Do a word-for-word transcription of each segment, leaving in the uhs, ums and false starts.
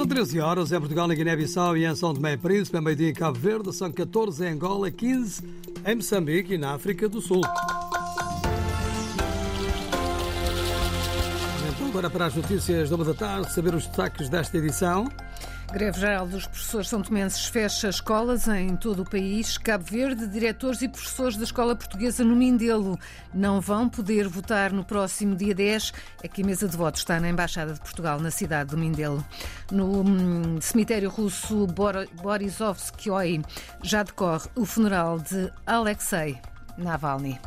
treze horas em Portugal, na Guiné-Bissau e em São Tomé e Príncipe, é meio-dia em Cabo Verde, são catorze em Angola, quinze em Moçambique e na África do Sul. Então, agora para as notícias da uma da tarde, saber os destaques desta edição. Greve geral dos professores são-tomenses fecha escolas em todo o país. Cabo Verde, diretores e professores da Escola Portuguesa no Mindelo não vão poder votar no próximo dia dez. Aqui a mesa de votos está na Embaixada de Portugal, na cidade do Mindelo. No hum, cemitério russo Borisovskoye já decorre o funeral de Alexei Navalny.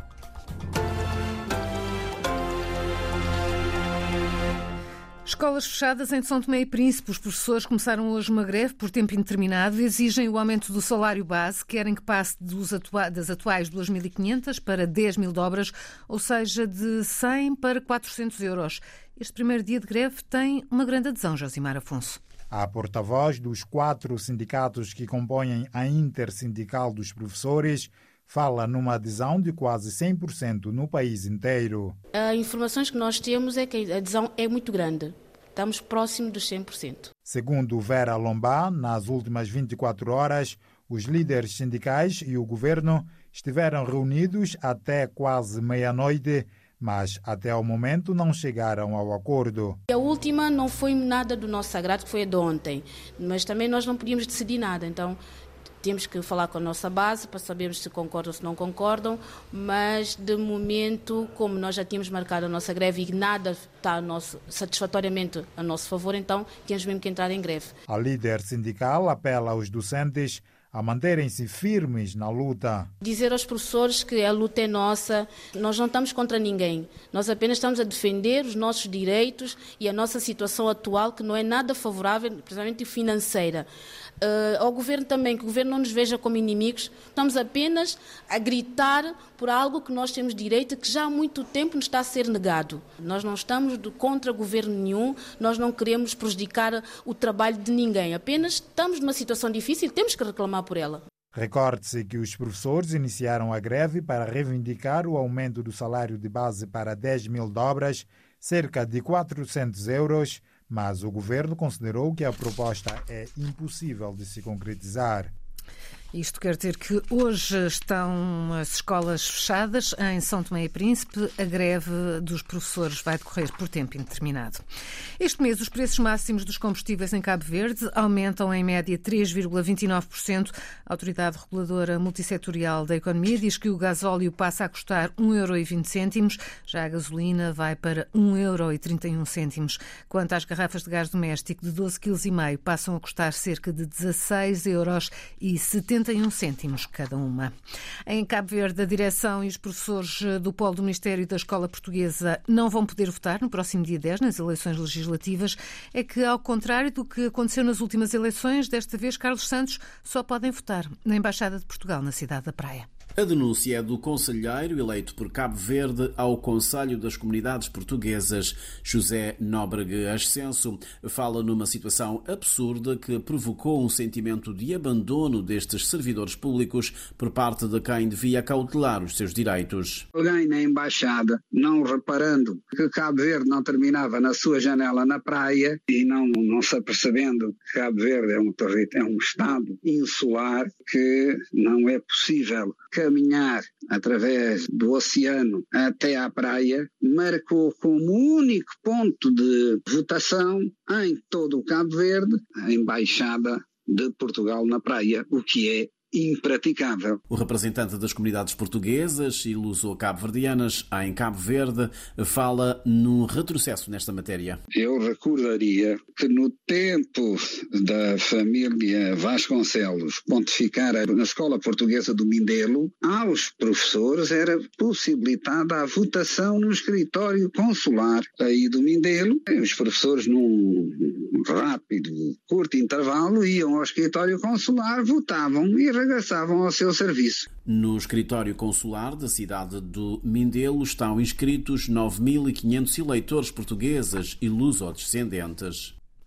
Escolas fechadas em São Tomé e Príncipe. Os professores começaram hoje uma greve por tempo indeterminado. Exigem o aumento do salário base. Querem que passe dos atua- das atuais duas mil e quinhentas para dez mil dobras, ou seja, de cem para quatrocentos euros. Este primeiro dia de greve tem uma grande adesão, Josimar Afonso. A porta-voz dos quatro sindicatos que compõem a Intersindical dos Professores fala numa adesão de quase cem por cento no país inteiro. As informações que nós temos é que a adesão é muito grande. Estamos próximo dos cem por cento. Segundo Vera Lombá, nas últimas vinte e quatro horas, os líderes sindicais e o governo estiveram reunidos até quase meia-noite, mas até ao momento não chegaram ao acordo. A última não foi nada do nosso agrado, que foi a de ontem, mas também nós não podíamos decidir nada, então temos que falar com a nossa base para sabermos se concordam ou se não concordam, mas de momento, como nós já tínhamos marcado a nossa greve e nada está a nosso, satisfatoriamente a nosso favor, então temos mesmo que entrar em greve. A líder sindical apela aos docentes a manterem-se firmes na luta. Dizer aos professores que a luta é nossa, nós não estamos contra ninguém, nós apenas estamos a defender os nossos direitos e a nossa situação atual, que não é nada favorável, principalmente financeira. Uh, ao Governo também, que o Governo não nos veja como inimigos, estamos apenas a gritar por algo que nós temos direito, que já há muito tempo nos está a ser negado. Nós não estamos contra Governo nenhum, nós não queremos prejudicar o trabalho de ninguém, apenas estamos numa situação difícil e temos que reclamar por ela. Recorde-se que os professores iniciaram a greve para reivindicar o aumento do salário de base para dez mil dobras, cerca de quatrocentos euros, mas o governo considerou que a proposta é impossível de se concretizar. Isto quer dizer que hoje estão as escolas fechadas em São Tomé e Príncipe. A greve dos professores vai decorrer por tempo indeterminado. Este mês, os preços máximos dos combustíveis em Cabo Verde aumentam em média três vírgula vinte e nove por cento. A Autoridade Reguladora Multissetorial da Economia diz que o gasóleo passa a custar um euro e vinte cêntimos, já a gasolina vai para um euro e trinta e um cêntimos. Quanto às garrafas de gás doméstico de doze vírgula cinco quilos, passam a custar cerca de dezasseis euros e setenta e um cêntimos cada uma. Em Cabo Verde, a direção e os professores do Polo do Ministério da Escola Portuguesa não vão poder votar no próximo dia dez, nas eleições legislativas. É que, ao contrário do que aconteceu nas últimas eleições, desta vez Carlos Santos só podem votar na Embaixada de Portugal, na cidade da Praia. A denúncia é do conselheiro eleito por Cabo Verde ao Conselho das Comunidades Portuguesas, José Nóbrega Ascenso. Fala numa situação absurda que provocou um sentimento de abandono destes servidores públicos por parte de quem devia cautelar os seus direitos. Alguém na Embaixada, não reparando que Cabo Verde não terminava na sua janela na praia e não, não se apercebendo que Cabo Verde é um, é um estado insular, que não é possível caminhar através do oceano até à praia, marcou como único ponto de votação em todo o Cabo Verde a Embaixada de Portugal na praia, o que é impraticável. O representante das comunidades portuguesas e luso-cabo-verdianas em Cabo Verde fala num retrocesso nesta matéria. Eu recordaria que no tempo da família Vasconcelos pontificar na Escola Portuguesa do Mindelo, aos professores era possibilitada a votação no escritório consular aí do Mindelo. Os professores, num rápido, curto intervalo, iam ao escritório consular, votavam e regressavam ao seu serviço. No escritório consular da cidade do Mindelo estão inscritos nove mil e quinhentos eleitores portugueses e luso-descendentes.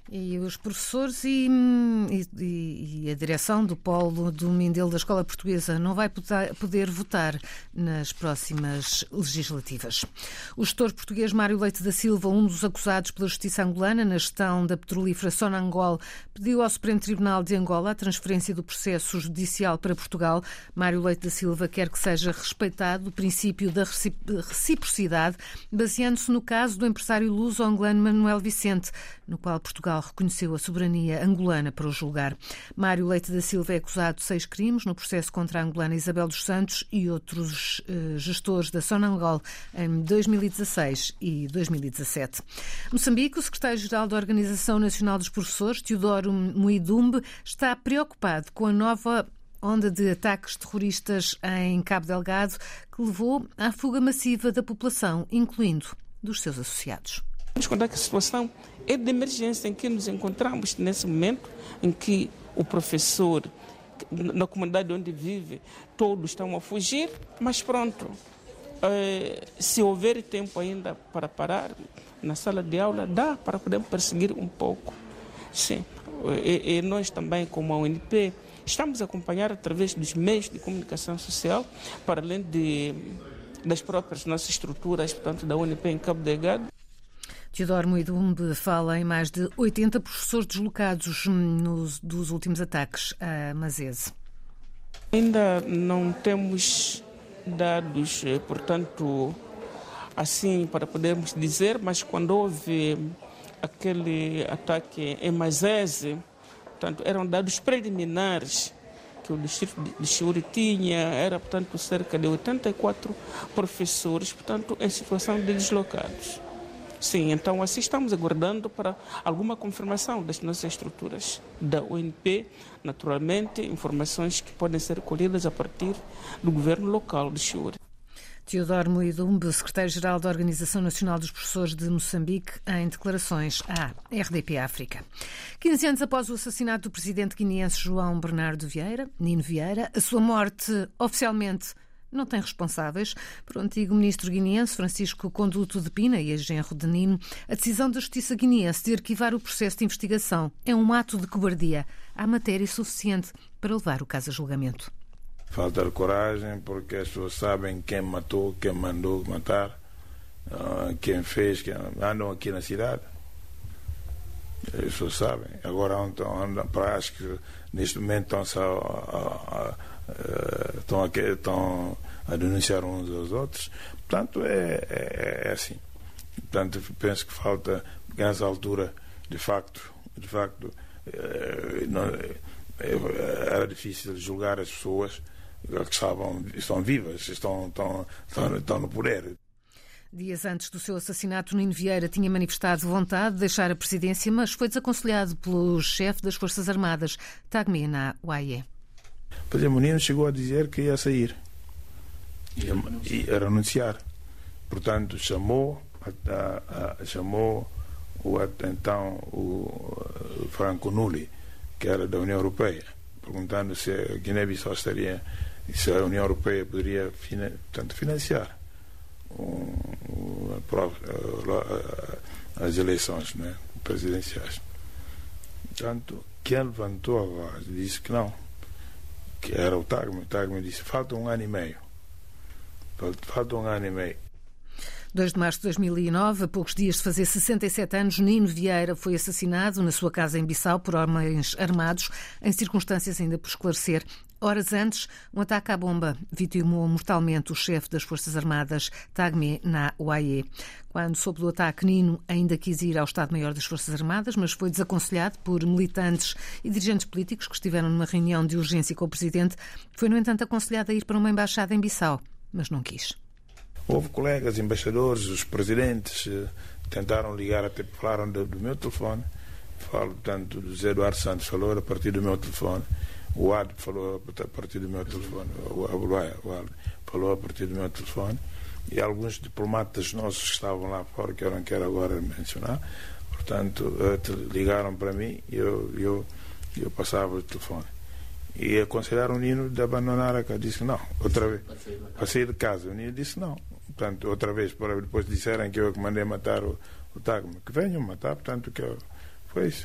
E os professores e, e, e a direção do Polo do Mindelo da Escola Portuguesa não vai poder votar nas próximas legislativas. O gestor português Mário Leite da Silva, um dos acusados pela Justiça angolana na gestão da petrolífera Sonangol, pediu ao Supremo Tribunal de Angola a transferência do processo judicial para Portugal. Mário Leite da Silva quer que seja respeitado o princípio da reciprocidade, baseando-se no caso do empresário luso-angolano Manuel Vicente, no qual Portugal reconheceu a soberania angolana para o julgar. Mário Leite da Silva é acusado de seis crimes no processo contra a angolana Isabel dos Santos e outros eh, gestores da Sonangol em dois mil e dezasseis e dois mil e dezassete. Moçambique, o secretário-geral da Organização Nacional dos Professores, Teodoro Muidumbe, está preocupado com a nova onda de ataques terroristas em Cabo Delgado que levou à fuga massiva da população, incluindo dos seus associados. Vamos contar que a situação é de emergência em que nos encontramos nesse momento em que o professor, na comunidade onde vive, todos estão a fugir, mas pronto, é, se houver tempo ainda para parar na sala de aula, dá para poder perseguir um pouco. Sim, e, e nós também, como a U N P, estamos a acompanhar através dos meios de comunicação social, para além de, das próprias nossas estruturas, portanto, da U N P em Cabo Delgado. Teodoro Muidumbe fala em mais de oitenta professores deslocados nos, dos últimos ataques a Masese. Ainda não temos dados, portanto, assim para podermos dizer, mas quando houve aquele ataque em Masese, portanto, eram dados preliminares que o distrito de Chiuri tinha, era, portanto, cerca de oitenta e quatro professores, portanto, em situação de deslocados. Sim, então assim estamos aguardando para alguma confirmação das nossas estruturas da U N P, naturalmente, informações que podem ser colhidas a partir do governo local de Chiuri. Teodoro Muidumbe, secretário-geral da Organização Nacional dos Professores de Moçambique, em declarações à R D P África. quinze anos após o assassinato do presidente guineense João Bernardo Vieira, Nino Vieira, a sua morte oficialmente não tem responsáveis. Para o antigo ministro guineense Francisco Conduto de Pina e ex-genro de Nino, a decisão da Justiça guineense de arquivar o processo de investigação é um ato de cobardia. Há matéria suficiente para levar o caso a julgamento. Falta de coragem, porque as pessoas sabem quem matou, quem mandou matar, quem fez, quem andam aqui na cidade. As pessoas sabem. Agora andam, andam para acho que neste momento estão a, a, estão, a, estão a denunciar uns aos outros. Portanto, é, é, é assim. Portanto, penso que falta, nessa altura, de facto, de facto é, não, é, era difícil julgar as pessoas que estavam, estão vivas, estão, estão, estão, estão no poder. Dias antes do seu assassinato, Nino Vieira tinha manifestado vontade de deixar a presidência, mas foi desaconselhado pelo chefe das Forças Armadas, Tagme na Uaie. Pois é, o Nino chegou a dizer que ia sair, ia, ia renunciar. Portanto, chamou, a, a, chamou o, então o Franco Nulli, que era da União Europeia, perguntando se a Guiné-Bissau estaria, se a União Europeia poderia portanto, financiar um, um, as eleições, né, presidenciais. Portanto, quem levantou a voz disse que não, que era o Tagme. O Tagme disse: falta um ano e meio. Falta um ano e meio. dois de março de dois mil e nove, a poucos dias de fazer sessenta e sete anos, Nino Vieira foi assassinado na sua casa em Bissau por homens armados, em circunstâncias ainda por esclarecer. Horas antes, um ataque à bomba vitimou mortalmente o chefe das Forças Armadas, Tagme na Uaie. Quando soube do ataque, Nino ainda quis ir ao Estado-Maior das Forças Armadas, mas foi desaconselhado por militantes e dirigentes políticos que estiveram numa reunião de urgência com o presidente. Foi, no entanto, aconselhado a ir para uma embaixada em Bissau, mas não quis. Houve colegas, embaixadores, os presidentes tentaram ligar, até falaram do, do meu telefone. Falo, portanto, do José Eduardo Santos falou a partir do meu telefone. O Ad falou a partir do meu telefone. O Abulaia falou a partir do meu telefone. E alguns diplomatas nossos que estavam lá fora, que eu não quero agora mencionar, portanto, ligaram para mim e eu, eu, eu passava o telefone. E aconselharam o Nino de abandonar a casa. Disse não, outra vez. Para sair de casa. O Nino disse não. Portanto, outra vez, para depois disserem que eu que mandei matar o, o Tagme. Que venham matar, portanto, que eu, foi isso.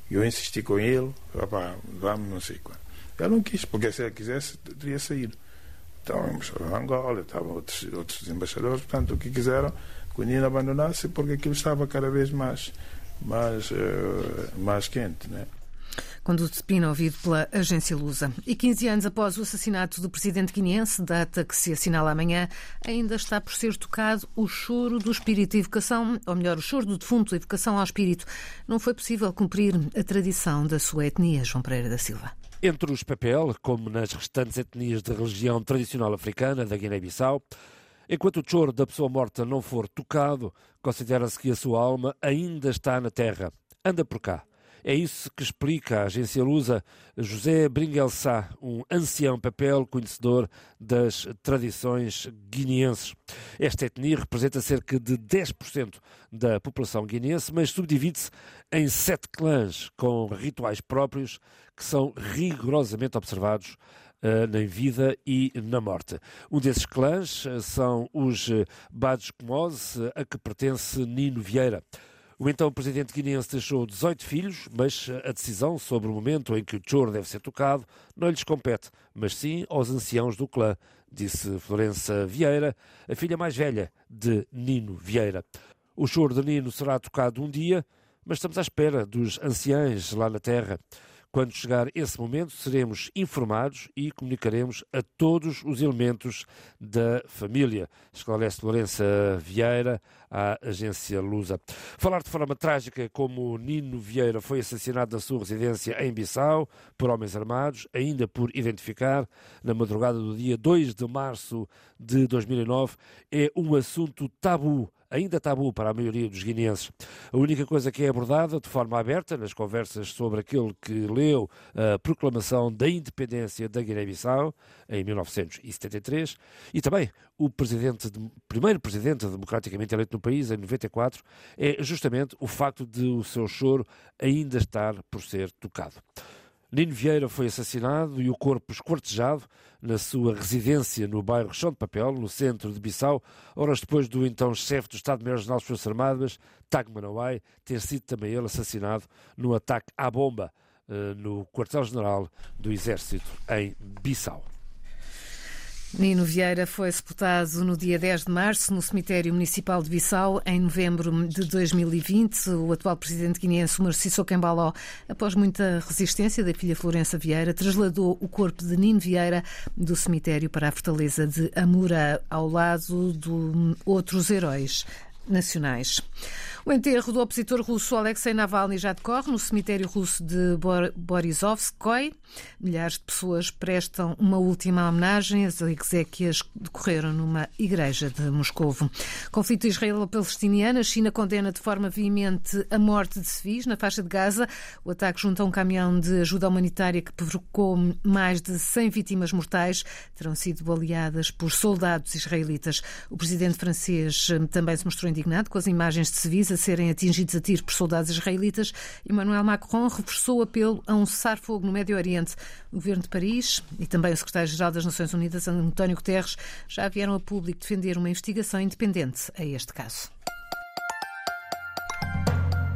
Eu insisti com ele, rapaz, vamos, não sei quando. Ele não quis, porque se ele quisesse, teria saído. Então, a Angola, estavam outros, outros embaixadores, portanto, o que quiseram que o Nino abandonasse, porque aquilo estava cada vez mais, mais, uh, mais quente, né? Conduto de Pina, ouvido pela agência Lusa. E quinze anos após o assassinato do presidente guineense, data que se assinala amanhã, ainda está por ser tocado o choro do espírito de evocação, ou melhor, o choro do defunto, a evocação ao espírito. Não foi possível cumprir a tradição da sua etnia, João Pereira da Silva. Entre os Papel, como nas restantes etnias de religião tradicional africana da Guiné-Bissau, enquanto o choro da pessoa morta não for tocado, considera-se que a sua alma ainda está na terra. Anda por cá. É isso que explica a agência Lusa José Bringuelsá, um ancião papel conhecedor das tradições guineenses. Esta etnia representa cerca de dez por cento da população guineense, mas subdivide-se em sete clãs com rituais próprios que são rigorosamente observados uh, na vida e na morte. Um desses clãs são os Badjkumose, a que pertence Nino Vieira. O então presidente guineense deixou dezoito filhos, mas a decisão sobre o momento em que o choro deve ser tocado não lhes compete, mas sim aos anciãos do clã, disse Florença Vieira, a filha mais velha de Nino Vieira. O choro de Nino será tocado um dia, mas estamos à espera dos anciães lá na terra. Quando chegar esse momento, seremos informados e comunicaremos a todos os elementos da família, esclarece Lourença Vieira à agência Lusa. Falar de forma trágica como Nino Vieira foi assassinado na sua residência em Bissau por homens armados, ainda por identificar, na madrugada do dia dois de março de dois mil e nove, é um assunto tabu. Ainda tabu para a maioria dos guineenses. A única coisa que é abordada de forma aberta nas conversas sobre aquele que leu a proclamação da independência da Guiné-Bissau em mil novecentos e setenta e três e também o presidente, primeiro presidente democraticamente eleito no país em noventa e quatro é justamente o facto de o seu choro ainda estar por ser tocado. Nino Vieira foi assassinado e o corpo esquartejado na sua residência no bairro Chão de Papel, no centro de Bissau, horas depois do então chefe do Estado-Maior-General das Forças Armadas, Tago Manawai, ter sido também ele assassinado no ataque à bomba no quartel-general do Exército em Bissau. Nino Vieira foi sepultado no dia dez de março no cemitério municipal de Bissau. Em novembro de dois mil e vinte, o atual presidente guineense, Umar Sissoko Embaló, após muita resistência da filha Florença Vieira, trasladou o corpo de Nino Vieira do cemitério para a fortaleza de Amura, ao lado de outros heróis nacionais. O enterro do opositor russo Alexei Navalny já decorre no cemitério russo de Borisovskoye. Milhares de pessoas prestam uma última homenagem. As exéquias decorreram numa igreja de Moscovo. Conflito israelo-palestiniano. A China condena de forma veemente a morte de civis na faixa de Gaza. O ataque junto a um caminhão de ajuda humanitária que provocou mais de cem vítimas mortais terão sido baleadas por soldados israelitas. O presidente francês também se mostrou indignado com as imagens de civis a serem atingidos a tiro por soldados israelitas. Emmanuel Macron reforçou o apelo a um cessar-fogo no Médio Oriente. O governo de Paris e também o secretário-geral das Nações Unidas, António Guterres, já vieram a público defender uma investigação independente a este caso.